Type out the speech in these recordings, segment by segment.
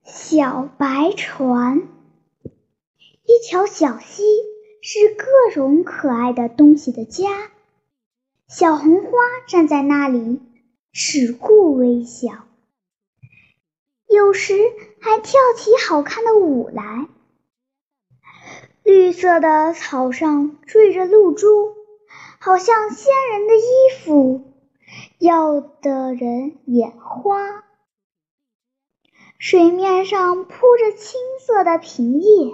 小白船。一条小溪是各种可爱的东西的家。小红花站在那里，只顾微笑，有时还跳起好看的舞来。绿色的草上缀着露珠，好像仙人的衣服，要得人眼花。水面上铺着青色的萍叶，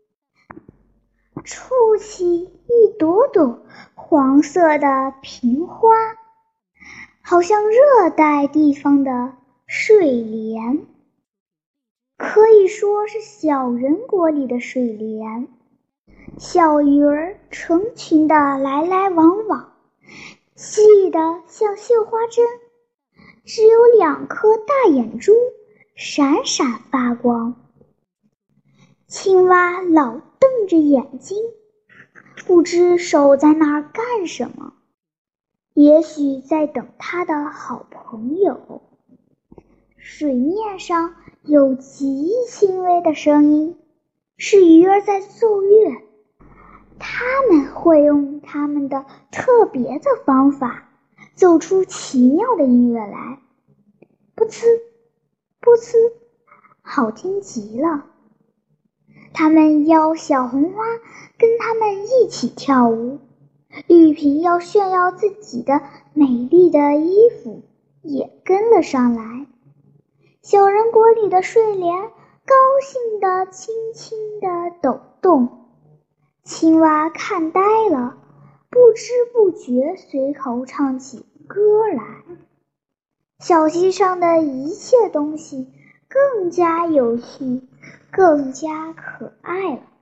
竖起一朵朵黄色的萍花，好像热带地方的睡莲，可以说是小人国里的睡莲。小鱼儿成群的来来往往，细的像绣花针，只有2颗大眼珠闪闪发光。青蛙老瞪着眼睛，不知守在那儿干什么，也许在等它的好朋友。水面上有极轻微的声音，是鱼儿在奏乐。它们会用它们的特别的方法奏出奇妙的音乐来，噗呲噗呲，好听极了。他们邀小红花跟他们一起跳舞，绿萍要炫耀自己的美丽的衣服，也跟了上来。小人国里的睡莲高兴地轻轻地抖动。青蛙看呆了，不知不觉随口唱起歌来。小溪上的一切东西更加有趣，更加可爱了。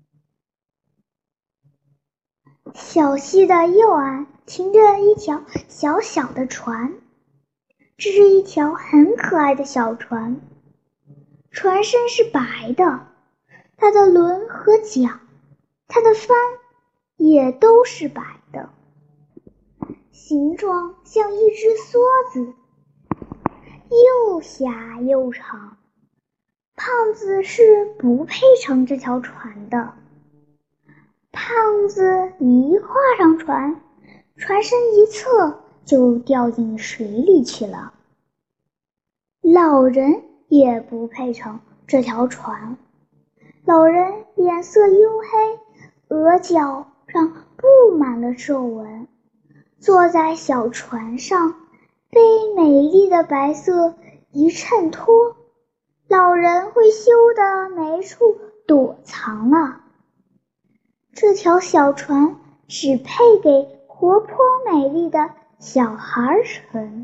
小溪的右岸停着一条小小的船，这是一条很可爱的小船，船身是白的，它的轮和桨，它的帆也都是白的，形状像一只梭子，又狭又长。胖子是不配乘这条船的。胖子一跨上船，船身一侧就掉进水里去了。老人也不配乘这条船。老人脸色黝黑，额角上布满了皱纹，坐在小船上，被美丽的白色一衬托，老人会羞得没处躲藏了。这条小船只配给活泼美丽的小孩乘。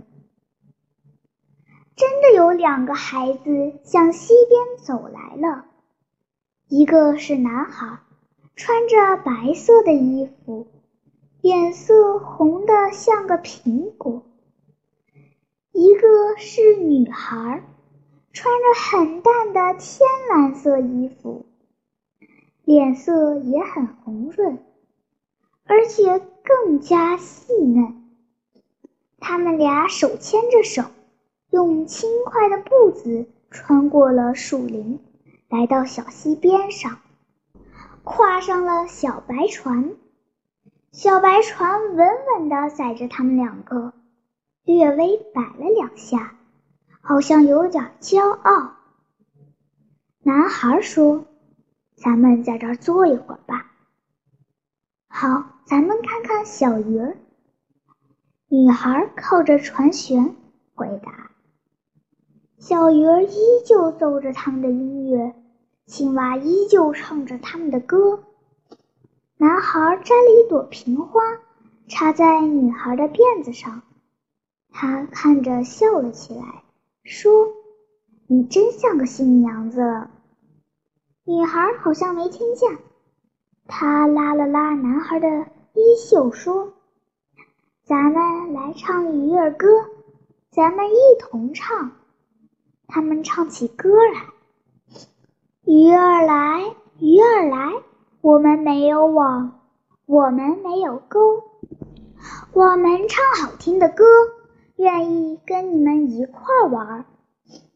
真的有2个孩子向溪边走来了，一个是男孩，穿着白色的衣服，脸色红得像个苹果；一个是女孩，穿着很淡的天蓝色衣服，脸色也很红润，而且更加细嫩。他们俩手牵着手，用轻快的步子穿过了树林，来到小溪边上，跨上了小白船。小白船稳稳地载着他们2个，略微摆了2下，好像有点骄傲。男孩说：“咱们在这儿坐一会儿吧。”好，咱们看看小鱼儿。女孩靠着船舷回答。小鱼儿依旧奏着他们的音乐，青蛙依旧唱着他们的歌。男孩摘了一朵萍花，插在女孩的辫子上，他看着笑了起来，说：“你真像个新娘子了。”女孩好像没听见，她拉了拉男孩的衣袖，说：“咱们来唱鱼儿歌，咱们一同唱。”他们唱起歌来：“鱼儿来，鱼儿来，我们没有网，我们没有钩，我们唱好听的歌，愿意跟你们一块儿玩。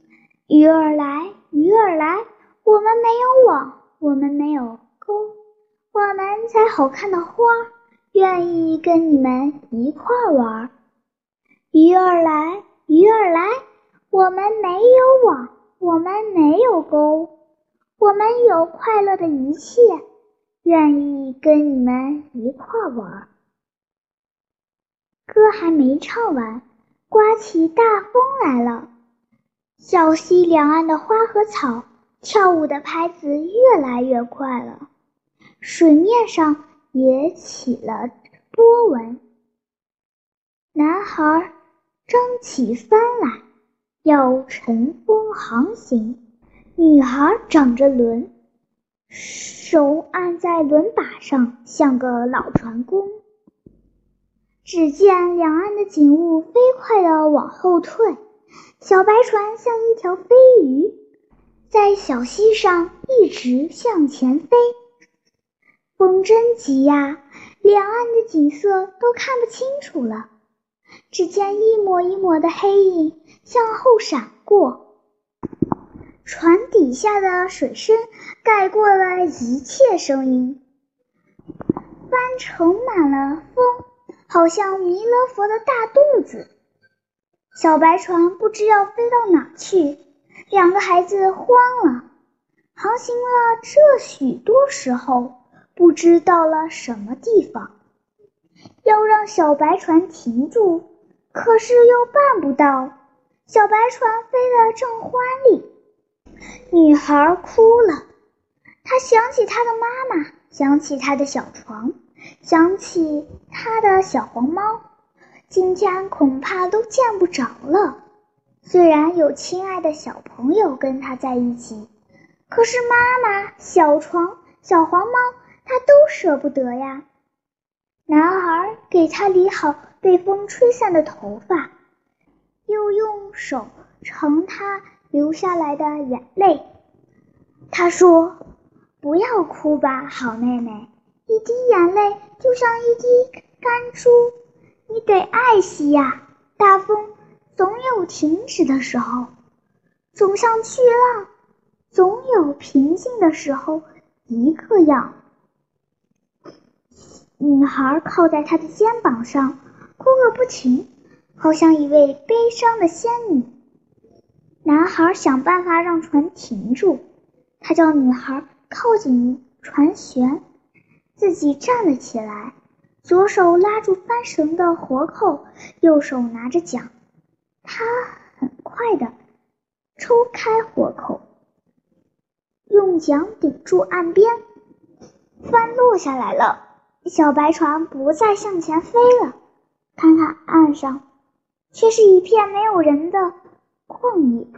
鱼儿来，鱼儿来，我们没有网，我们没有钩，我们采好看的花，愿意跟你们一块玩。鱼儿来，鱼儿来，我们没有网，我们没有钩，我们有快乐的一切，愿意跟你们一块玩。歌还没唱完，刮起大风来了。小溪两岸的花和草，跳舞的拍子越来越快了，水面上也起了波纹。男孩张起帆来，要乘风航行；女孩掌着轮，手按在轮把上，像个老船工。只见两岸的景物飞快地往后退，小白船像一条飞鱼，在小溪上一直向前飞。风真急呀，两岸的景色都看不清楚了，只见一抹一抹的黑影向后闪过，船底下的水声盖过了一切声音。帆盛满了风，好像弥勒佛的大肚子。小白船不知要飞到哪去，两个孩子慌了。航行了这许多时候，不知到了什么地方，要让小白船停住，可是又办不到。小白船飞得正欢丽，女孩哭了。她想起她的妈妈，想起她的小床，想起她的小黄猫，今天恐怕都见不着了。虽然有亲爱的小朋友跟她在一起，可是妈妈、小床、小黄猫她都舍不得呀。男孩给她理好被风吹散的头发，又用手盛她流下来的眼泪。他说：不要哭吧，好妹妹，一滴眼泪就像一滴甘珠，你得爱惜呀。大风总有停止的时候，总像巨浪，总有平静的时候，一个样。女孩靠在他的肩膀上，哭个不停，好像一位悲伤的仙女。男孩想办法让船停住，他叫女孩靠近船舷，自己站了起来，左手拉住帆绳的活扣，右手拿着桨。他很快地抽开活扣，用桨顶住岸边，帆落下来了，小白船不再向前飞了。看看岸上，却是一片没有人的旷野。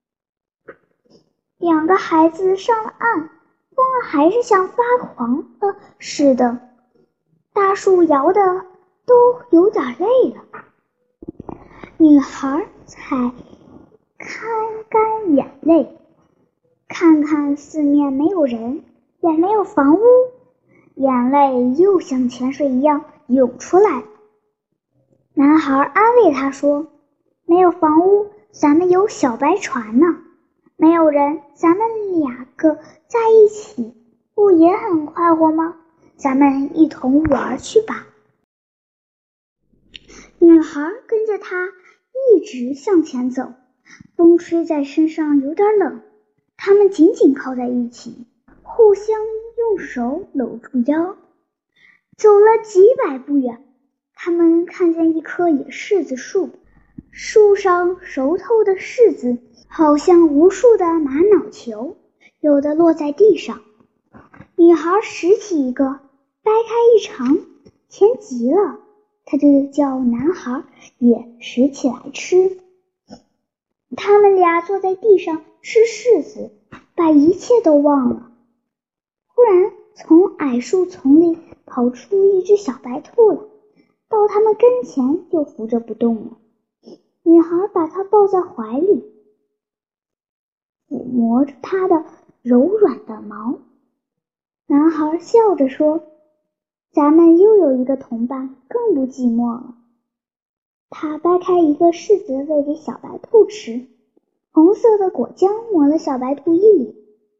两个孩子上了岸，风儿还是像发狂了似的，大树摇得都有点累了。女孩才看干眼泪，看看四面没有人，也没有房屋，眼泪又像泉水一样涌出来。男孩安慰她说：没有房屋，咱们有小白船呢。没有人，咱们两个在一起，不也很快活吗？咱们一同玩去吧。女孩跟着他一直向前走，风吹在身上有点冷，他们紧紧靠在一起，互相用手搂住腰。走了几百步远，他们看见一棵野柿子树，树上熟透的柿子好像无数的玛瑙球，有的落在地上。女孩拾起一个，掰开一尝，甜极了，她就叫男孩也拾起来吃。他们俩坐在地上吃柿子，把一切都忘了。忽然从矮树丛里跑出一只小白兔来，到他们跟前就伏着不动了。女孩把它抱在怀里，抚摸着它的柔软的毛。男孩笑着说：咱们又有一个同伴，更不寂寞了。他掰开一个柿子喂给小白兔吃， 红色的果浆抹了小白兔一脸。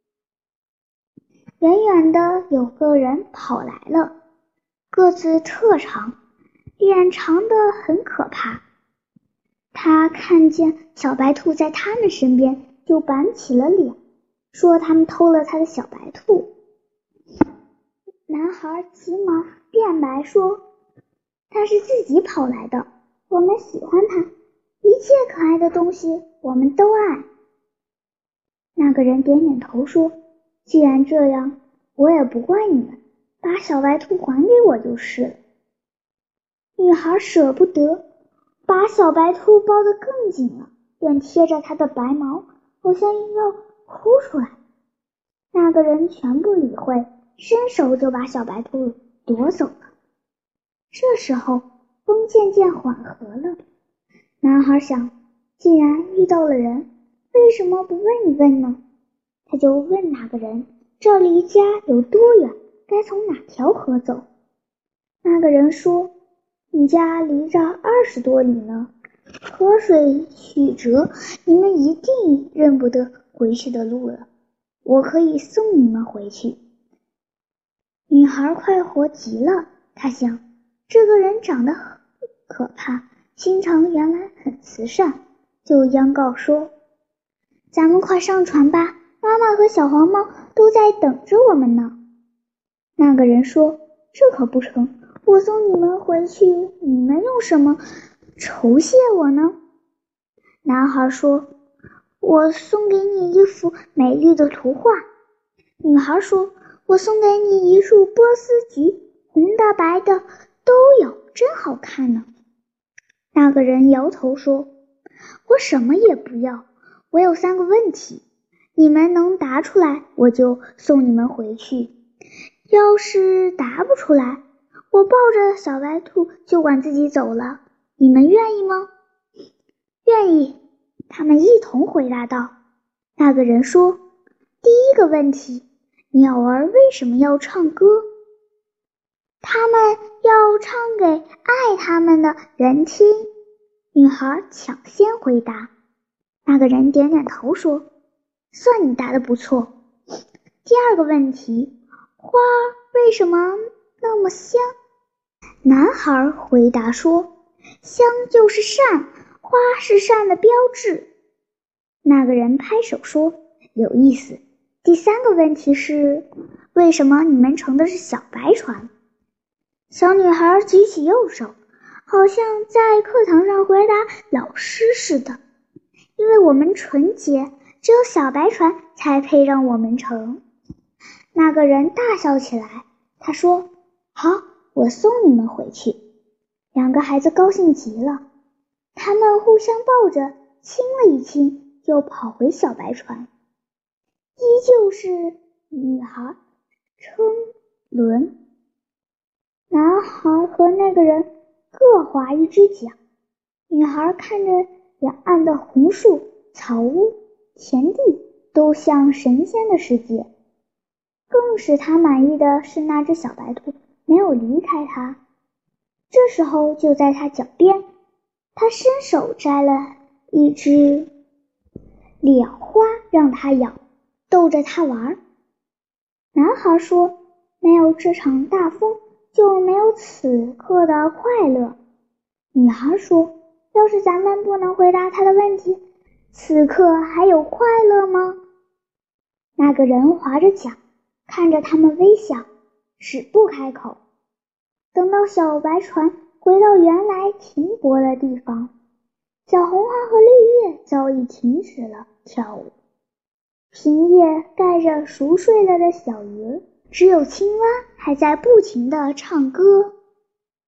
远远的有个人跑来了，个子特长，脸长得很可怕。他看见小白兔在他们身边，就板起了脸，说他们偷了他的小白兔。男孩急忙辩白说，他是自己跑来的，我们喜欢他，一切可爱的东西我们都爱。那个人点点头说，既然这样，我也不怪你们，把小白兔还给我就是了。女孩舍不得，把小白兔抱得更紧了，脸贴着它的白毛，好像要哭出来。那个人全不理会，伸手就把小白兔夺走了。这时候风渐渐缓和了，男孩想，既然遇到了人，为什么不问一问呢？他就问那个人，这离家有多远，该从哪条河走？那个人说，你家离这20多里呢，河水曲折，你们一定认不得回去的路了，我可以送你们回去。女孩快活极了，她想，这个人长得很可怕，心肠原来很慈善，就央告说，咱们快上船吧，妈妈和小黄猫都在等着我们呢。那个人说，这可不成，我送你们回去，你们用什么酬谢我呢？男孩说，我送给你一幅美丽的图画。女孩说，我送给你一束波斯菊，红的白的都有，真好看呢。那个人摇头说，我什么也不要，我有3个问题，你们能答出来，我就送你们回去。要是答不出来，我抱着小白兔就管自己走了，你们愿意吗？愿意，他们一同回答道。那个人说，第一个问题，鸟儿为什么要唱歌？他们要唱给爱他们的人听。女孩抢先回答。那个人点点头说，算你答得不错。第二个问题，花为什么那么香？男孩回答说，香就是善，花是善的标志。那个人拍手说，有意思。第3个问题是，为什么你们乘的是小白船？小女孩举起右手，好像在课堂上回答老师似的。因为我们纯洁，只有小白船才配让我们乘。那个人大笑起来，他说，好，我送你们回去。2个孩子高兴极了，他们互相抱着亲了一亲，就跑回小白船。依旧是女孩撑轮，男孩和那个人各划一只桨。女孩看着两岸的红树、草屋、田地，都像神仙的世界。更使她满意的是那只小白兔没有离开她。这时候就在她脚边，她伸手摘了一只蓼花让她咬，逗着她玩。男孩说，没有这场大风，就没有此刻的快乐。女孩说，要是咱们不能回答他的问题，此刻还有快乐吗？那个人划着桨，看着他们微笑，止不开口。等到小白船回到原来停泊的地方，小红花和绿叶早已停止了跳舞，平叶盖着熟睡了的小鱼儿，只有青蛙还在不停地唱歌。